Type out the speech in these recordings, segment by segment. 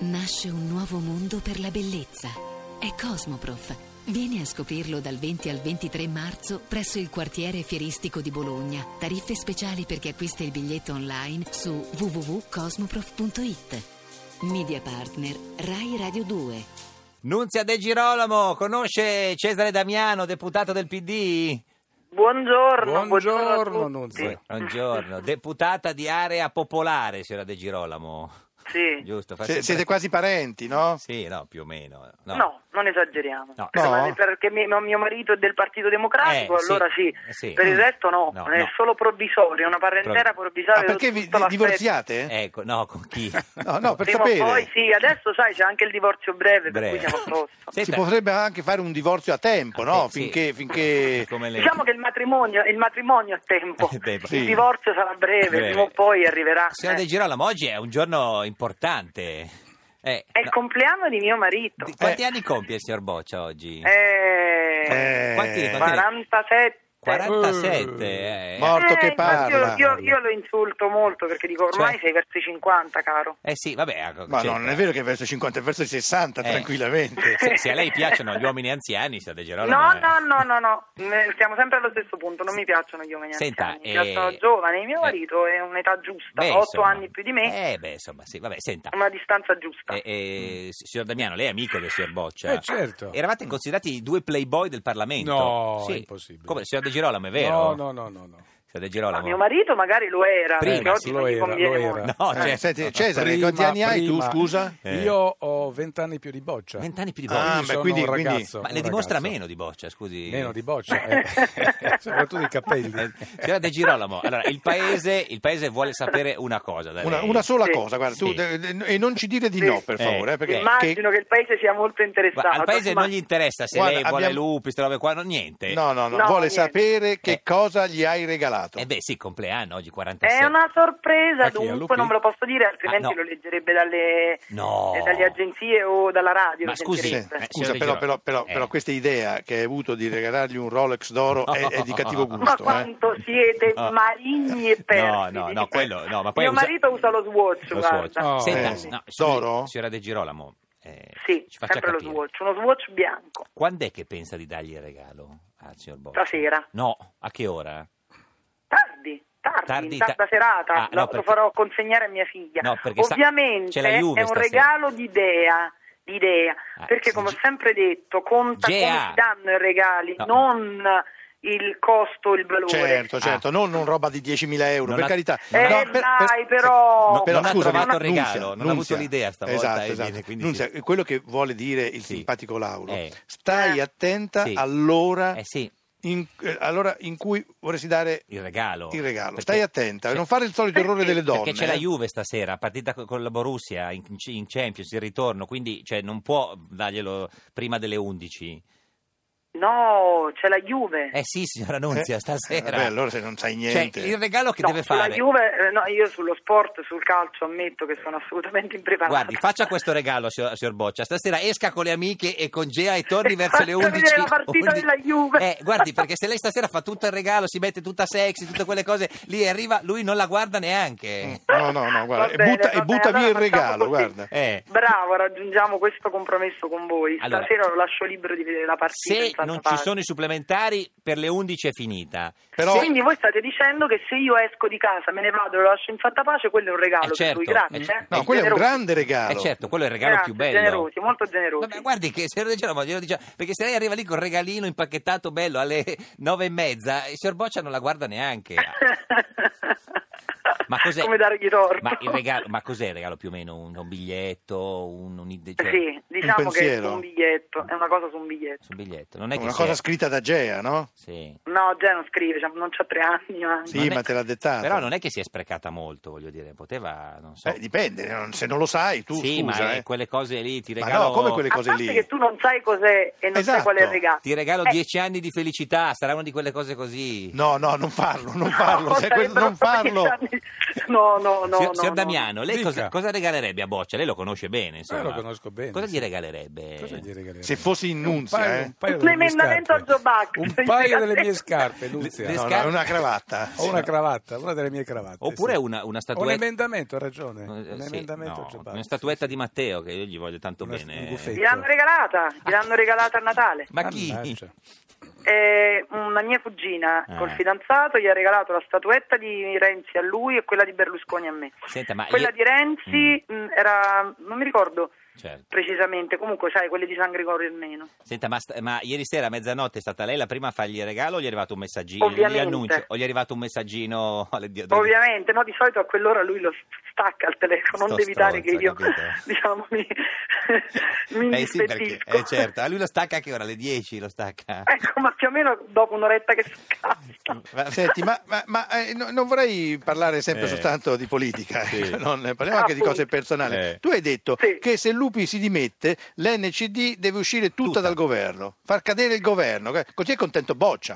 Nasce un nuovo mondo per la bellezza. È Cosmoprof. Vieni a scoprirlo dal 20 al 23 marzo presso il quartiere fieristico di Bologna. Tariffe speciali per chi acquista il biglietto online su www.cosmoprof.it. Media partner Rai Radio 2. Nunzia De Girolamo, conosce Cesare Damiano, deputato del PD? Buongiorno Nunzia. Buongiorno, deputata di Area Popolare, signora De Girolamo. Sì. Giusto. Siete quasi parenti, no? Sì, no, più o meno. No, non esageriamo. No. Perché mio marito è del Partito Democratico, allora sì. Per il resto no, è solo provvisorio, una parentela provvisoria. Perché vi divorziate? Ecco, no, con chi? No, per prima sapere. Poi sì, adesso sai c'è anche il divorzio breve. Per cui siamo a posto. Si potrebbe anche fare un divorzio a tempo, no? Finché... Come lei. Diciamo che il matrimonio è a tempo, sì. Il divorzio sarà breve, prima o poi arriverà. Signora De Girolamo, oggi è un giorno importante. È il compleanno di mio marito. Quanti anni compie il signor Boccia oggi? Quanti? 47. 47, Morto che parla. Io lo insulto molto perché dico ormai sei verso i 50, caro. Sì, vabbè. Ma no, non è vero che è verso i 50, è verso i 60, tranquillamente. Se a lei piacciono gli uomini anziani, signora De Girolamo. No. Stiamo sempre allo stesso punto. Non mi piacciono gli uomini anziani. Mi piacciono giovani. Mio marito è un'età giusta, 8 anni più di me. Insomma, sì, vabbè, senta. Una distanza giusta. Signor Damiano, lei è amico del signor Boccia? Certo. Eravate considerati i due playboy del Parlamento? No, sì. è impossibile. Come, signor De Girolamo, è vero? No. De Girolamo. Mio marito magari lo era, prima, perché oggi non gli conviene molto. No, senti, Cesare, quanti anni hai tu, scusa? Io ho 20 anni più di Boccia. 20 anni più di Boccia? Quindi un ragazzo. Ma ne dimostra meno di Boccia, scusi? Meno di Boccia, soprattutto i capelli. Signora De Girolamo, allora, il paese vuole sapere una cosa da lei. Una sola cosa, guarda, tu, e non ci dire di no, per favore. Perché immagino che il paese sia molto interessato. Al paese non gli interessa se lei vuole lupi, queste robe qua, niente. No, vuole sapere che cosa gli hai regalato. Sì, compleanno, oggi 46. È una sorpresa, dunque non ve lo posso dire, altrimenti lo leggerebbe dalle agenzie o dalla radio. Ma scusi, però questa idea che hai avuto di regalargli un Rolex d'oro è di cattivo gusto. Ma quanto siete marigni e perfidi. No, quello no, ma poi mio marito usa lo Swatch, guarda. Senta, d'oro? Signora De Girolamo, sì, ci faccia sempre capire. uno Swatch bianco. Quando è che pensa di dargli il regalo al signor Boccia? Stasera. No, a che ora? Tardi, in tarda serata, lo farò consegnare a mia figlia. No, perché ovviamente c'è la Juve è un stasera. regalo di idea, perché come ho sempre detto, conta come si danno i regali, non il costo, il valore. Certo, non roba di 10.000 euro, per carità. però non ha scusa, trovato il regalo, non ha avuto l'idea stavolta. Esatto. Quindi Nunzia, quello che vuole dire il simpatico Lauro, stai attenta all'ora... allora in cui vorresti dare il regalo. Stai attenta, non fare il solito errore delle donne. Perché c'è la Juve stasera, partita con la Borussia in Champions, il ritorno, quindi non può darglielo prima delle 11. No, c'è la Juve. Sì, signora Nunzia, stasera. Allora se non sai niente. Il regalo che deve fare. La Juve, io sullo sport, sul calcio ammetto che sono assolutamente impreparata. Guardi, faccia questo regalo, signor Boccia. Stasera esca con le amiche e con Gea e torni verso le 11. Vedere la partita della Juve. Guardi, perché se lei stasera fa tutto il regalo, si mette tutta sexy, tutte quelle cose, lì arriva, lui non la guarda neanche. No, guarda, butta via il regalo, guarda. Bravo, raggiungiamo questo compromesso con voi. Stasera lo lascio libero di vedere la partita. Se non ci sono i supplementari, per le 11 è finita. Quindi voi state dicendo che se io esco di casa, me ne vado e lo lascio in fatta pace, quello è un regalo per lui, grazie. No, quello è un grande regalo. Certo, quello è il regalo più bello. Generosi, molto generosi. Vabbè, guardi che se lo diciamo, perché se lei arriva lì col regalino impacchettato bello alle 9:30, il signor Boccia non la guarda neanche. Ma cos'è? Come dargli torto. Ma cos'è il regalo più o meno? Un biglietto? Sì, diciamo che è un biglietto, è una cosa su un biglietto. Sul biglietto. Non è che una cosa scritta da Gea, no? Sì. No, Gea non scrive, non c'ha 3 anni. Sì, ma te l'ha dettata. Però non è che si è sprecata molto, voglio dire, poteva, non so. Dipende, se non lo sai tu, sì, scusa. Ma quelle cose lì ti regalo... Ma no, come quelle cose lì? che tu non sai cos'è e non sai qual è il regalo. Ti regalo 10 anni di felicità, sarà una di quelle cose così. No, non farlo. Non farlo. No. Signor Damiano, lei cosa regalerebbe a Boccia? Lei lo conosce bene, insomma. Lo conosco bene. Cosa gli regalerebbe? Se fossi in Nunzia, un emendamento al Jobac. Un paio delle mie scarpe, Nunzia. Una cravatta. Ho una cravatta, una delle mie cravatte. Oppure una statuetta. Un emendamento, ha ragione. Un emendamento al Jobac. Una statuetta di Matteo, che io gli voglio tanto bene. Gliel'hanno regalata a Natale. Ma chi? Una mia cugina col fidanzato gli ha regalato la statuetta di Renzi a lui e quella di Berlusconi a me. Senta, ma quella di Renzi era, non mi ricordo precisamente, comunque sai, quelle di San Gregorio almeno. Senta, ma ieri sera a mezzanotte è stata lei la prima a fargli il regalo o gli è arrivato un messaggino? Ovviamente. O gli è arrivato un messaggino? Ovviamente, no, di solito a quell'ora lui lo stacca al telefono, non devi evitare che io, diciamo, mi sì, perché, certo, a lui lo stacca a che ora? Alle 10 lo stacca? Ecco, ma più o meno dopo un'oretta che scassa. Senti, ma non vorrei parlare sempre soltanto di politica, parliamo anche di cose personali. Tu hai detto che se Lupi si dimette, l'NCD deve uscire tutta dal governo, far cadere il governo, così è contento Boccia.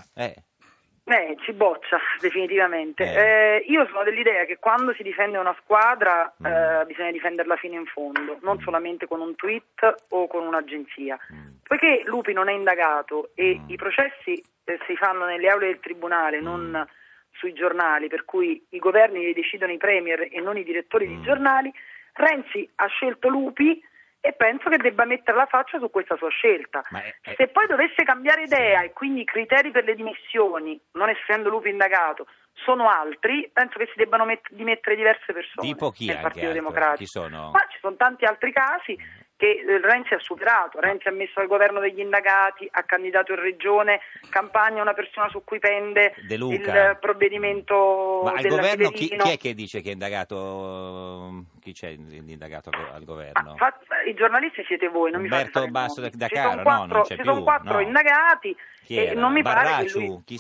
Ci boccia definitivamente. Io sono dell'idea che quando si difende una squadra bisogna difenderla fino in fondo, non solamente con un tweet o con un'agenzia. Poiché Lupi non è indagato e i processi si fanno nelle aule del tribunale, non sui giornali, per cui i governi li decidono i premier e non i direttori di giornali, Renzi ha scelto Lupi e penso che debba mettere la faccia su questa sua scelta. Se poi dovesse cambiare idea e quindi i criteri per le dimissioni, non essendo Lupi indagato, sono altri, penso che si debbano dimettere diverse persone nel Partito Democratico. Chi sono? Ma ci sono tanti altri casi che Renzi ha superato. Renzi ha messo al governo degli indagati, ha candidato in regione Campania una persona su cui pende il provvedimento. Ma al governo chi è che dice che è indagato? Chi c'è l'indagato al governo? I giornalisti siete voi, non Umberto mi fate Basso da Caro, non c'è più. Ci sono 4 indagati e non mi pare che lui... Chi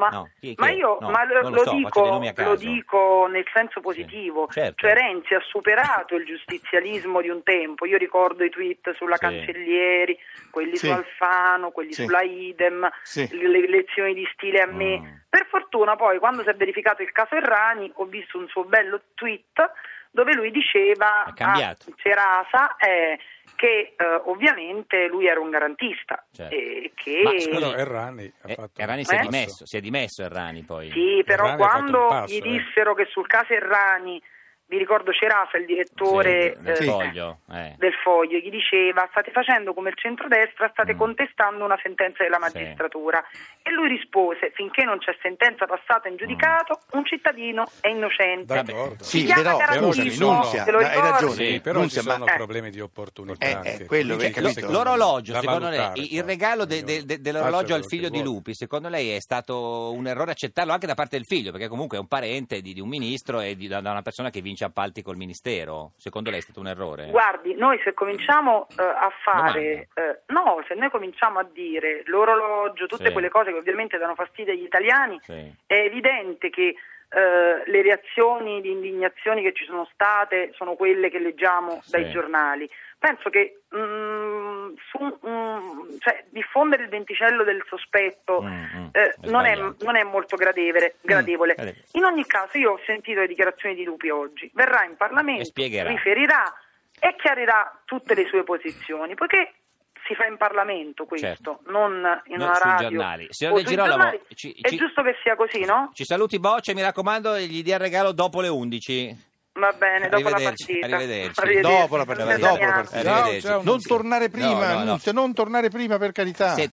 lo dico nel senso positivo, cioè Renzi ha superato il giustizialismo di un tempo. Io ricordo i tweet sulla Cancellieri, quelli su Alfano, quelli sulla Idem, le lezioni di stile a me. Per fortuna poi quando si è verificato il caso Errani ho visto un suo bello tweet dove lui diceva Cerasa che ovviamente lui era un garantista e che Errani si è dimesso Errani poi. Sì, però quando gli dissero che sul caso Errani, vi ricordo Cerasa, il direttore del Foglio, gli diceva: state facendo come il centrodestra, state contestando una sentenza della magistratura. E lui rispose: finché non c'è sentenza passata in giudicato, un cittadino è innocente. Sì, però hai ragione, però ci sono problemi di opportunità. L'orologio, secondo lei, il regalo dell'orologio al figlio di Lupi, secondo lei è stato un errore accettarlo anche da parte del figlio, perché comunque è un parente di un ministro e da una persona che vince appalti col ministero? Secondo lei è stato un errore? Guardi, noi se cominciamo a fare se noi cominciamo a dire l'orologio, tutte quelle cose che ovviamente danno fastidio agli italiani, è evidente che le reazioni di indignazione che ci sono state sono quelle che leggiamo dai giornali. Penso che diffondere il venticello del sospetto non è molto gradevole. In ogni caso io ho sentito le dichiarazioni di Lupi oggi, verrà in Parlamento, riferirà e chiarirà tutte le sue posizioni, poiché si fa in Parlamento questo, non in una radio giornali. O sui giornali. È giusto che sia così, no? Ci saluti Boccia, mi raccomando, gli dia il regalo dopo le 11. Va bene, dopo la partita. Arrivederci. Dopo la partita. Arrivederci. Non tornare prima, non tornare prima, per carità.